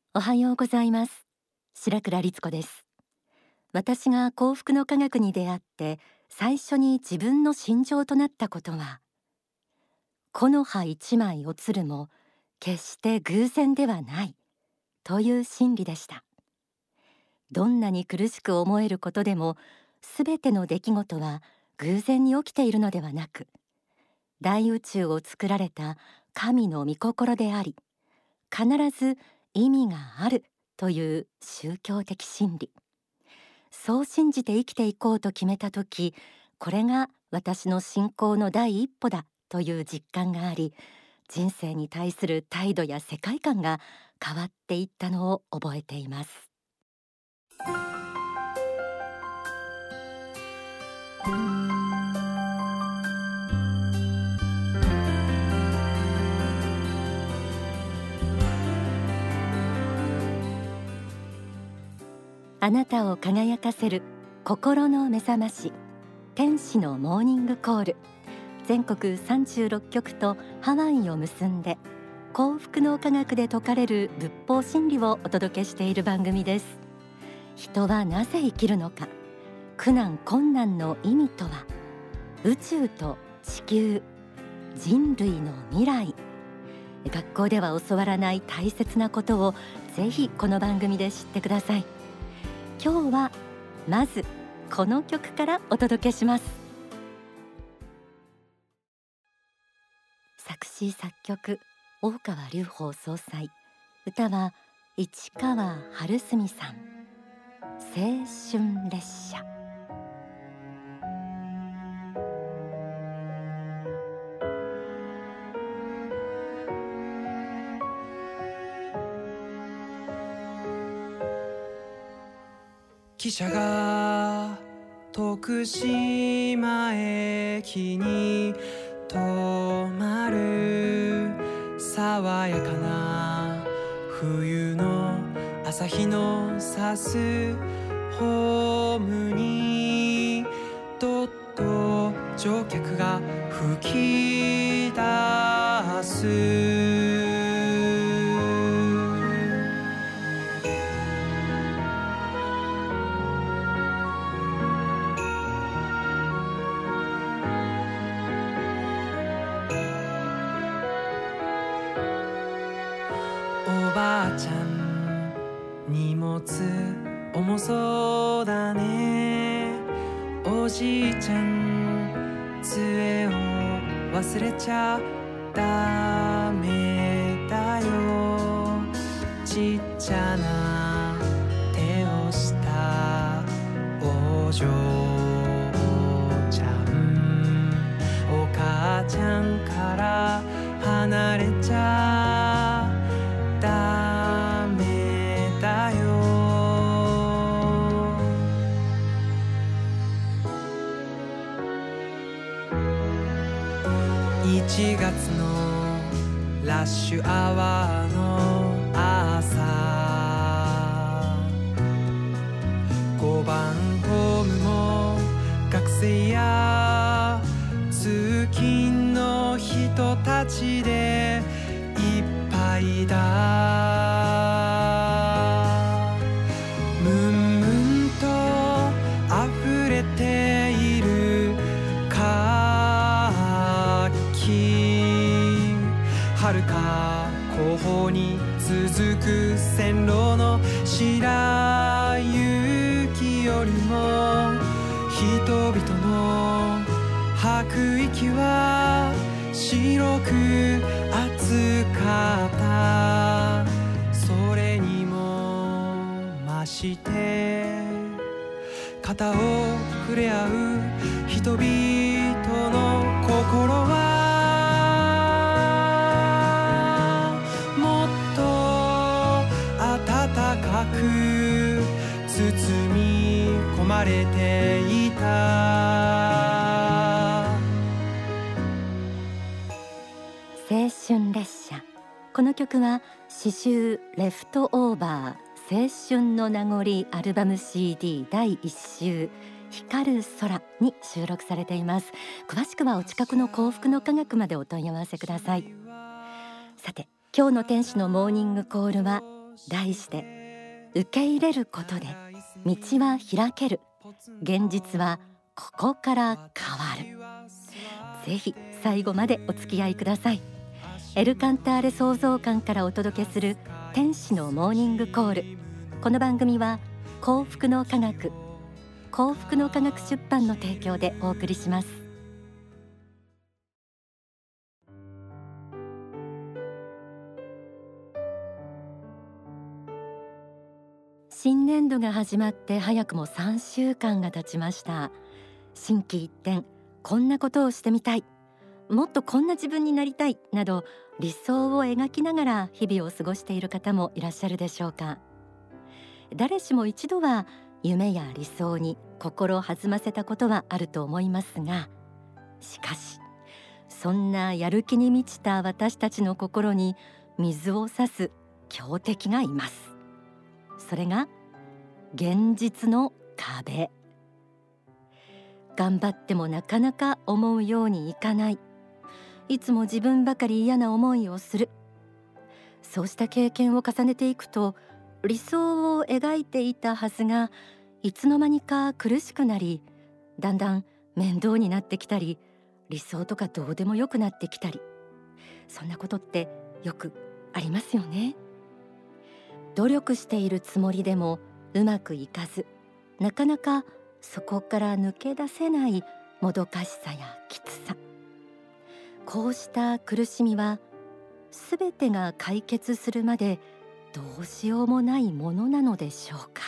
おはようございます。白倉律子です。私が幸福の科学に出会って最初に自分の心情となったことは、木の葉一枚落つるも決して偶然ではないという真理でした。どんなに苦しく思えることでも、すべての出来事は偶然に起きているのではなく、大宇宙を作られた神の御心であり、必ず意味があるという宗教的真理。そう信じて生きていこうと決めた時、これが私の信仰の第一歩だという実感があり、人生に対する態度や世界観が変わっていったのを覚えています。あなたを輝かせる心の目覚まし、天使のモーニングコール。全国36局とハワイを結んで、幸福の科学で説かれる仏法真理をお届けしている番組です。人はなぜ生きるのか、苦難困難の意味とは、宇宙と地球、人類の未来。学校では教わらない大切なことをぜひこの番組で知ってください。今日はまずこの曲からお届けします。作詞作曲大川隆法総裁、歌は市川春澄さん。青春列車。 汽車が徳島駅に止まる、爽やかな冬の朝日の差すホームに、どっと乗客が吹き出す。おばあちゃん、荷物重そうだね。おじいちゃん、杖を忘れちゃダメだよ。ちっちゃな手をしたお嬢ちゃん、お母ちゃんから離れちゃダメだよ。1月のラッシュアワーの朝、5番ホームも学生や通勤の人たちでいっぱいだ。ムンムンと溢れている活気、遥か後方に続く線路の白雪よりも、人々の吐く息は白く熱かった。それにも増して肩を触れ合う人々の心は、もっと温かく包み込まれていた。 青春列車。この曲は詩集レフトオーバー青春の名残アルバム CD 第1集光る空に収録されています。詳しくはお近くの幸福の科学までお問い合わせください。さて、今日の天使のモーニングコールは題して受け入れることで道は開ける、現実はここから変わる。ぜひ最後までお付き合いください。エルカンターレ創造館からお届けする天使のモーニングコール。この番組は幸福の科学出版の提供でお送りします。新年度が始まって早くも3週間が経ちました。心機一転、こんなことをしてみたい、もっとこんな自分になりたいなど、理想を描きながら日々を過ごしている方もいらっしゃるでしょうか。誰しも一度は夢や理想に心を弾ませたことはあると思いますが、しかしそんなやる気に満ちた私たちの心に水を差す強敵がいます。それが現実の壁。頑張ってもなかなか思うようにいかない、いつも自分ばかり嫌な思いをする。そうした経験を重ねていくと、理想を描いていたはずがいつの間にか苦しくなり、だんだん面倒になってきたり、理想とかどうでもよくなってきたり、そんなことってよくありますよね。努力しているつもりでもうまくいかず、なかなかそこから抜け出せないもどかしさやきつさ。こうした苦しみはすべてが解決するまでどうしようもないものなのでしょうか。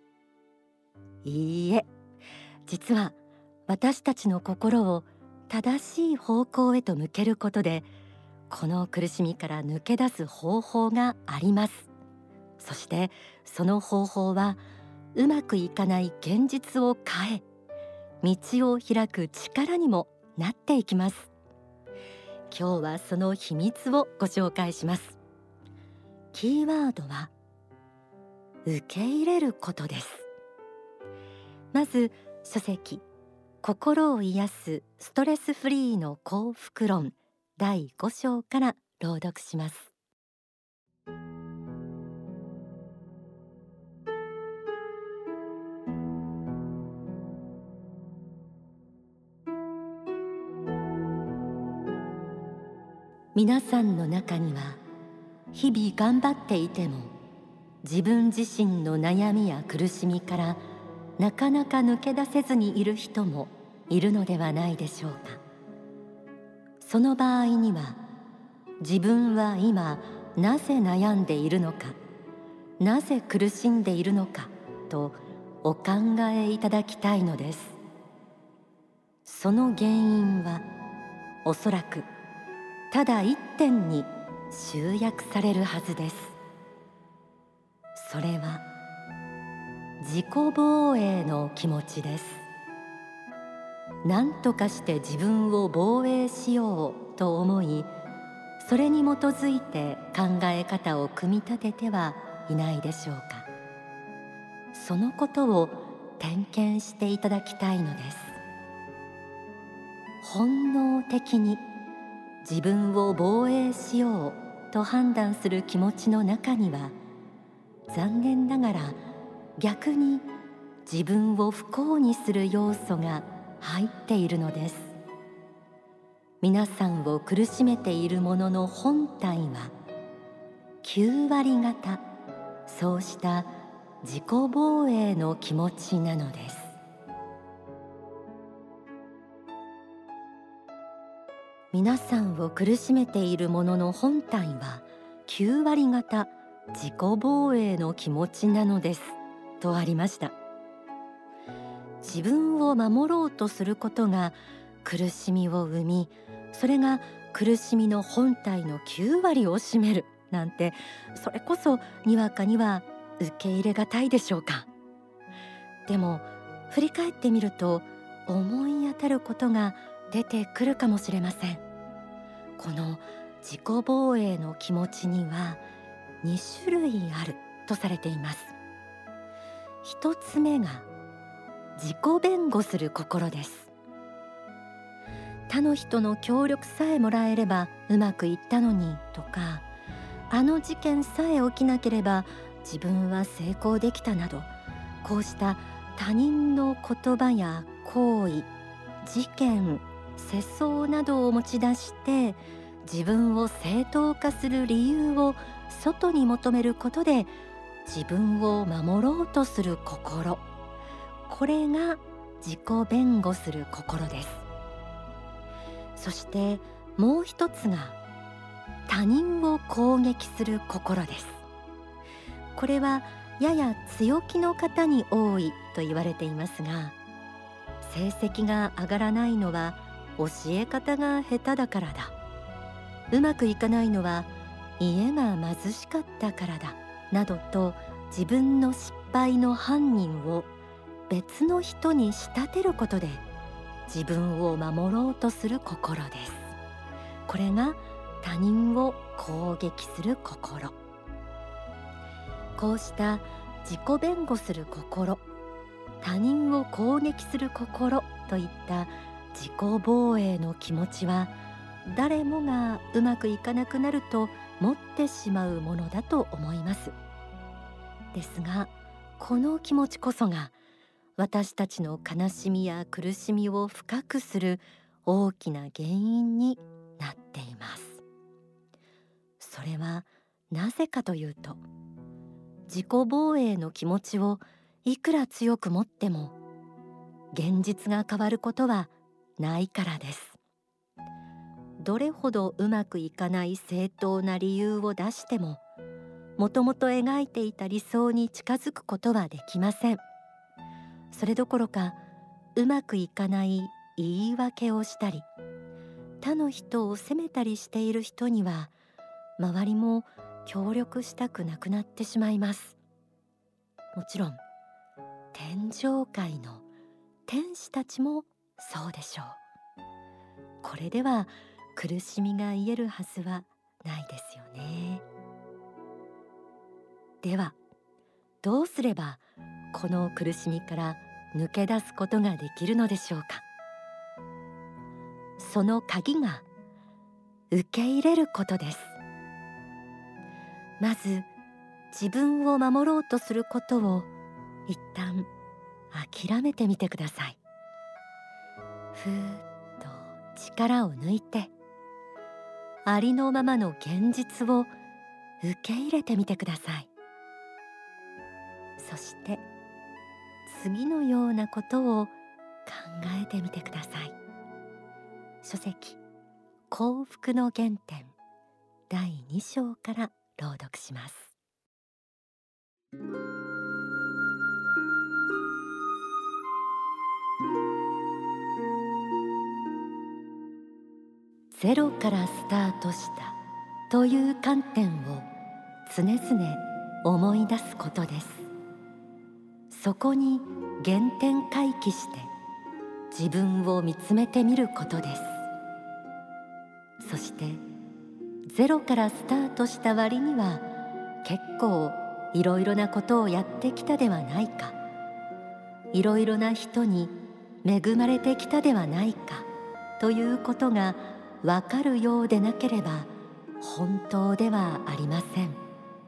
いいえ、実は私たちの心を正しい方向へと向けることで、この苦しみから抜け出す方法があります。そしてその方法は、うまくいかない現実を変え、道を開く力にもなっていきます。今日はその秘密をご紹介します。キーワードは受け入れることです。まず書籍、心を癒すストレスフリーの幸福論第5章から朗読します。皆さんの中には、日々頑張っていても自分自身の悩みや苦しみからなかなか抜け出せずにいる人もいるのではないでしょうか。その場合には、自分は今なぜ悩んでいるのか、なぜ苦しんでいるのかとお考えいただきたいのです。その原因はおそらくただ一点に集約されるはずです。それは自己防衛の気持ちです。何とかして自分を防衛しようと思い、それに基づいて考え方を組み立ててはいないでしょうか。そのことを点検していただきたいのです。本能的に自分を防衛しようと判断する気持ちの中には、残念ながら逆に自分を不幸にする要素が入っているのです。皆さんを苦しめているものの本体は9割方そうした自己防衛の気持ちなのです。皆さんを苦しめているものの本体は9割方自己防衛の気持ちなのですとありました。自分を守ろうとすることが苦しみを生み、それが苦しみの本体の9割を占めるなんて、それこそにわかには受け入れがたいでしょうか。でも振り返ってみると、思い当たることが出てくるかもしれません。この自己防衛の気持ちには2種類あるとされています。一つ目が自己弁護する心です。他の人の協力さえもらえればうまくいったのにとか、 あの事件さえ起きなければ自分は成功できたなど、こうした他人の言葉や行為、事件、世相などを持ち出して自分を正当化する理由を外に求めることで自分を守ろうとする心、これが自己弁護する心です。そしてもう一つが他人を攻撃する心です。これはやや強気の方に多いと言われていますが、成績が上がらないのは教え方が下手だからだ、うまくいかないのは家が貧しかったからだなどと、自分の失敗の犯人を別の人に仕立てることで自分を守ろうとする心です。これが他人を攻撃する心。こうした自己弁護する心、他人を攻撃する心といった自己防衛の気持ちは、誰もがうまくいかなくなると持ってしまうものだと思います。ですが、この気持ちこそが私たちの悲しみや苦しみを深くする大きな原因になっています。それはなぜかというと、自己防衛の気持ちをいくら強く持っても現実が変わることはないからです。どれほどうまくいかない正当な理由を出しても、もともと描いていた理想に近づくことはできません。それどころか、うまくいかない言い訳をしたり、他の人を責めたりしている人には、周りも協力したくなくなってしまいます。もちろん天上界の天使たちもそうでしょう。これでは苦しみが癒えるはずはないですよね。ではどうすればこの苦しみから抜け出すことができるのでしょうか。その鍵が受け入れることです。まず自分を守ろうとすることを一旦諦めてみてください。ふーっと力を抜いて、ありのままの現実を受け入れてみてください。そして次のようなことを考えてみてください。書籍幸福の原点第2章から朗読します。ゼロからスタートしたという観点を常々思い出すことです。そこに原点回帰して自分を見つめてみることです。そしてゼロからスタートした割には結構いろいろなことをやってきたではないか、いろいろな人に恵まれてきたではないかということがわかるようでなければ本当ではありません。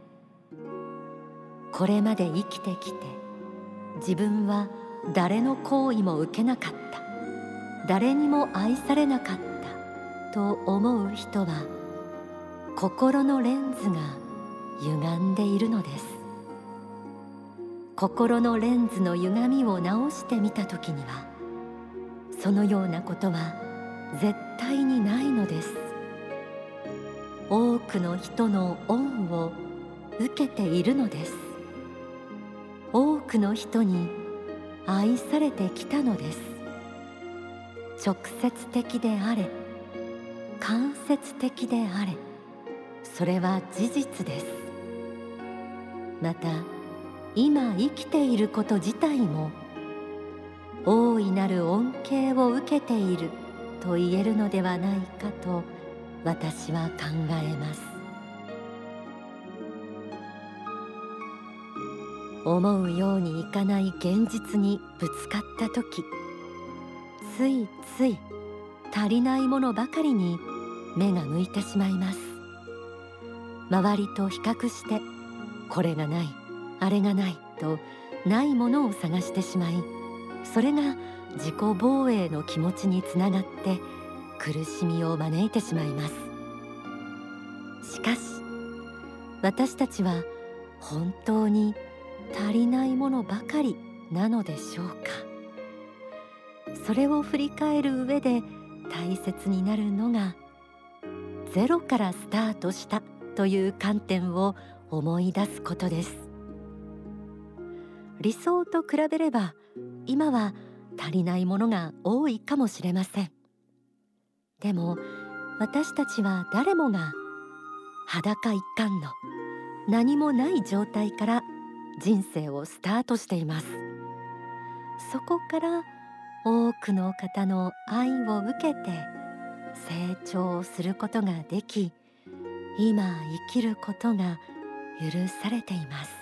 これまで生きてきて自分は誰の好意も受けなかった、誰にも愛されなかったと思う人は心のレンズが歪んでいるのです。心のレンズの歪みを直してみたときには、そのようなことは絶対にないのです。多くの人の恩を受けているのです。多くの人に愛されてきたのです。直接的であれ、間接的であれ、それは事実です。また今生きていること自体も大いなる恩恵を受けていると言えるのではないかと私は考えます。思うようにいかない現実にぶつかったとき、ついつい足りないものばかりに目が向いてしまいます。 周りと比較して、これがない、あれがないとないものを探してしまい、それが自己防衛の気持ちにつながって苦しみを招いてしまいます。しかし私たちは本当に足りないものばかりなのでしょうか。それを振り返る上で大切になるのが、ゼロからスタートしたという観点を思い出すことです。理想と比べれば今は足りないものが多いかもしれません。でも私たちは誰もが裸一貫の何もない状態から人生をスタートしています。そこから多くの方の愛を受けて成長することができ、今生きることが許されています。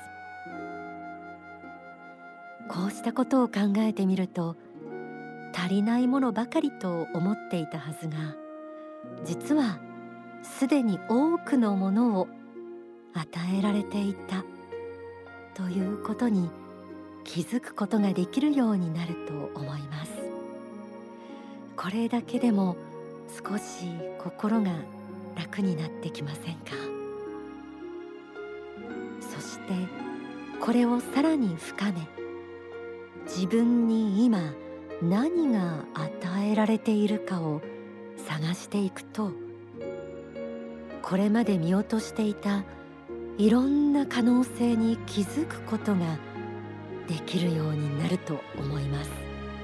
こうしたことを考えてみると、足りないものばかりと思っていたはずが、実はすでに多くのものを与えられていたということに気づくことができるようになると思います。これだけでも少し心が楽になってきませんか。そしてこれをさらに深め、自分に今何が与えられているかを探していくと、これまで見落としていたいろんな可能性に気づくことができるようになると思います。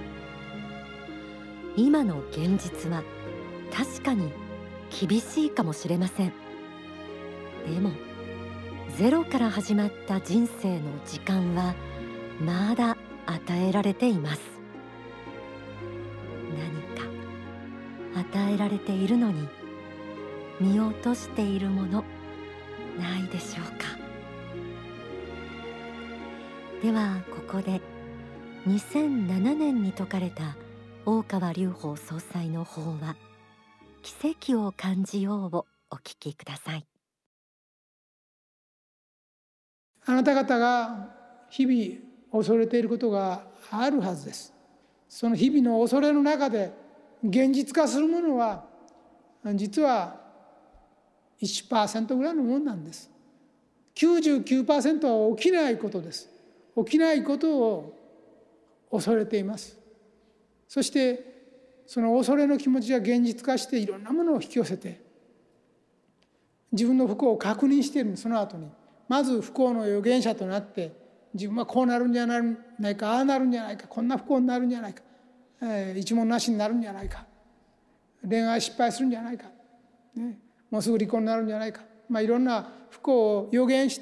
今の現実は確かに厳しいかもしれません。でもゼロから始まった人生の時間はまだ与えられています。何か与えられているのに見落としているものないでしょうか。ではここで2007年に説かれた大川隆法総裁の法話、奇跡を感じようをお聞きください。 あなた方が日々恐れていることがあるはずです。その日々の恐れの中で現実化するものは実は 1% ぐらいのものなんです。 99% は起きないことです。起きないことを恐れています。そしてその恐れの気持ちが現実化していろんなものを引き寄せて、自分の不幸を確認している。その後にまず不幸の預言者となって、自分はこうなるんじゃないか、ああなるんじゃないか、こんな不幸になるんじゃないか、一文なしになるんじゃないか、恋愛失敗するんじゃないか、もうすぐ離婚になるんじゃないか、いろんな不幸を予言して、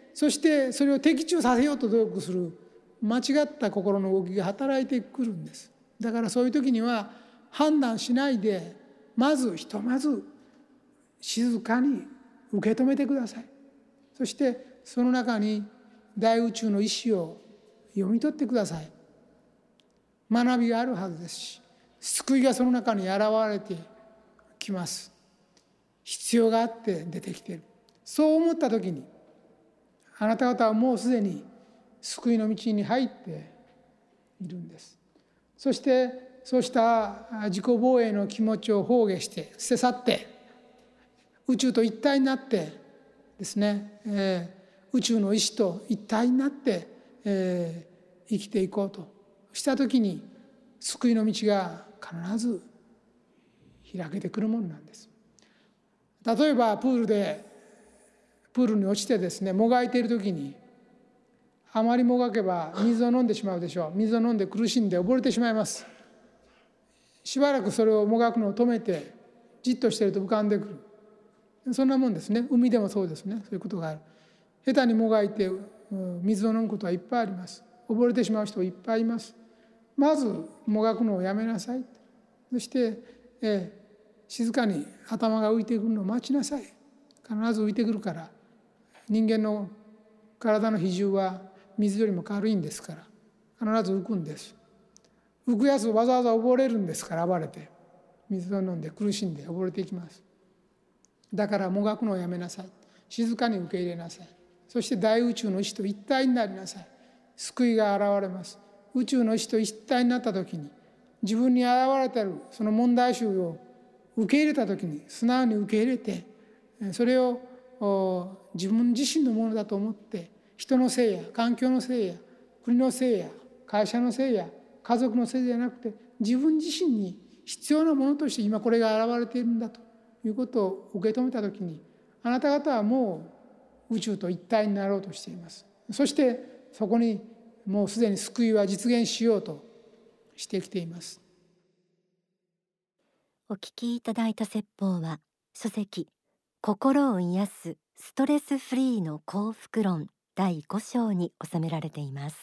そしてそれを的中させようと努力する間違った心の動きが働いてくるんです。だからそういう時には判断しないで、ひとまず静かに受け止めてください。そしてその中に大宇宙の意志を読み取ってください。学びがあるはずですし、救いがその中に現れてきます。必要があって出てきている。そう思った時にあなた方はもうすでに救いの道に入っているんです。そしてそうした自己防衛の気持ちを放下して捨て去って、宇宙と一体になってですね、宇宙の意志と一体になって、生きていこうとした時に、救いの道が必ず開けてくるものなんです。例えばプールに落ちてですね、もがいている時に、あまりもがけば水を飲んでしまうでしょう。水を飲んで苦しんで溺れてしまいます。しばらくそれをもがくのを止めて、じっとしていると浮かんでくる。そんなもんですね。海でもそうですね。そういうことがある。下手にもがいて水を飲むことはいっぱいあります。溺れてしまう人いっぱいいます。まずもがくのをやめなさい。そして、静かに頭が浮いてくるのを待ちなさい。必ず浮いてくるから。人間の体の比重は水よりも軽いんですから、必ず浮くんです。浮くやつわざわざ溺れるんですから、暴れて水を飲んで苦しんで溺れていきます。だからもがくのをやめなさい。 静かに受け入れなさい。そして大宇宙の意志と一体になりなさい。救いが現れます。宇宙の意志と一体になった時に、自分に現れているその問題集を受け入れた時に素直に受け入れて、それを自分自身のものだと思って、人のせいや環境のせいや国のせいや会社のせいや家族のせいじゃなくて、自分自身に必要なものとして今これが現れているんだということを受け止めた時に、あなた方はもう宇宙と一体になろうとしています。そしてそこにもうすでに救いは実現しようとしてきています。 お聞きいただいた説法は書籍心を癒すストレスフリーの幸福論第5章に収められています。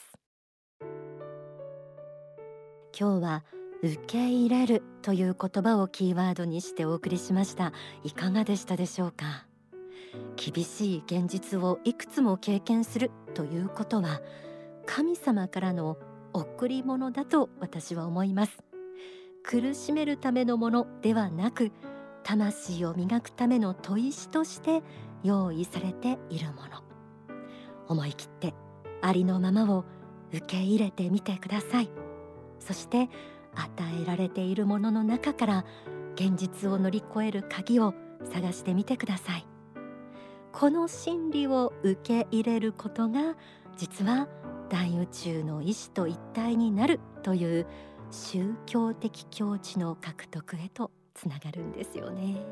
今日は受け入れるという言葉をキーワードにしてお送りしました。いかがでしたでしょうか。厳しい現実をいくつも経験するということは神様からの贈り物だと私は思います。苦しめるためのものではなく、魂を磨くための砥石として用意されているもの。思い切ってありのままを受け入れてみてください。そして与えられているものの中から現実を乗り越える鍵を探してみてください。この真理を受け入れることが実は大宇宙の意志と一体になるという宗教的境地の獲得へとつながるんですよね。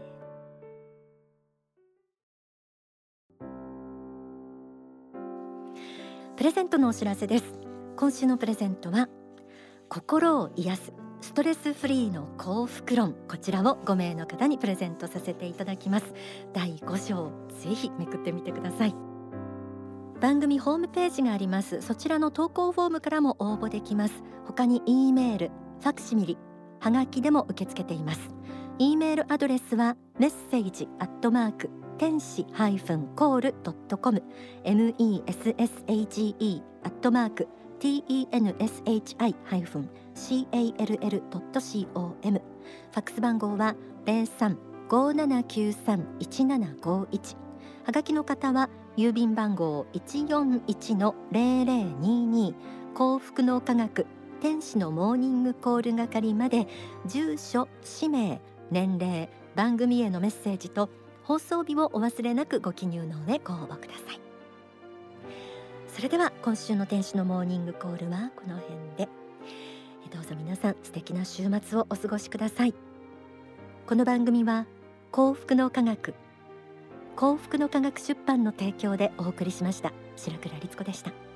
プレゼントのお知らせです。今週のプレゼントは心を癒すストレスフリーの幸福論、こちらを5名の方にプレゼントさせていただきます。第5章、ぜひめくってみてください。番組ホームページがあります。そちらの投稿フォームからも応募できます。他に E メール、ファクシミリ、はがきでも受け付けています。E メールアドレスはメッセージ天使-call.com message@tenshi-call.com ファックス番号は 03-5793-1751。 はがきの方は郵便番号 141-0022 幸福の科学天使のモーニングコール係まで、住所、氏名、年齢、番組へのメッセージと放送日をお忘れなくご記入の上ご応募ください。それでは今週の天使のモーニングコールはこの辺で。どうぞ皆さん素敵な週末をお過ごしください。この番組は幸福の科学出版の提供でお送りしました。白倉律子でした。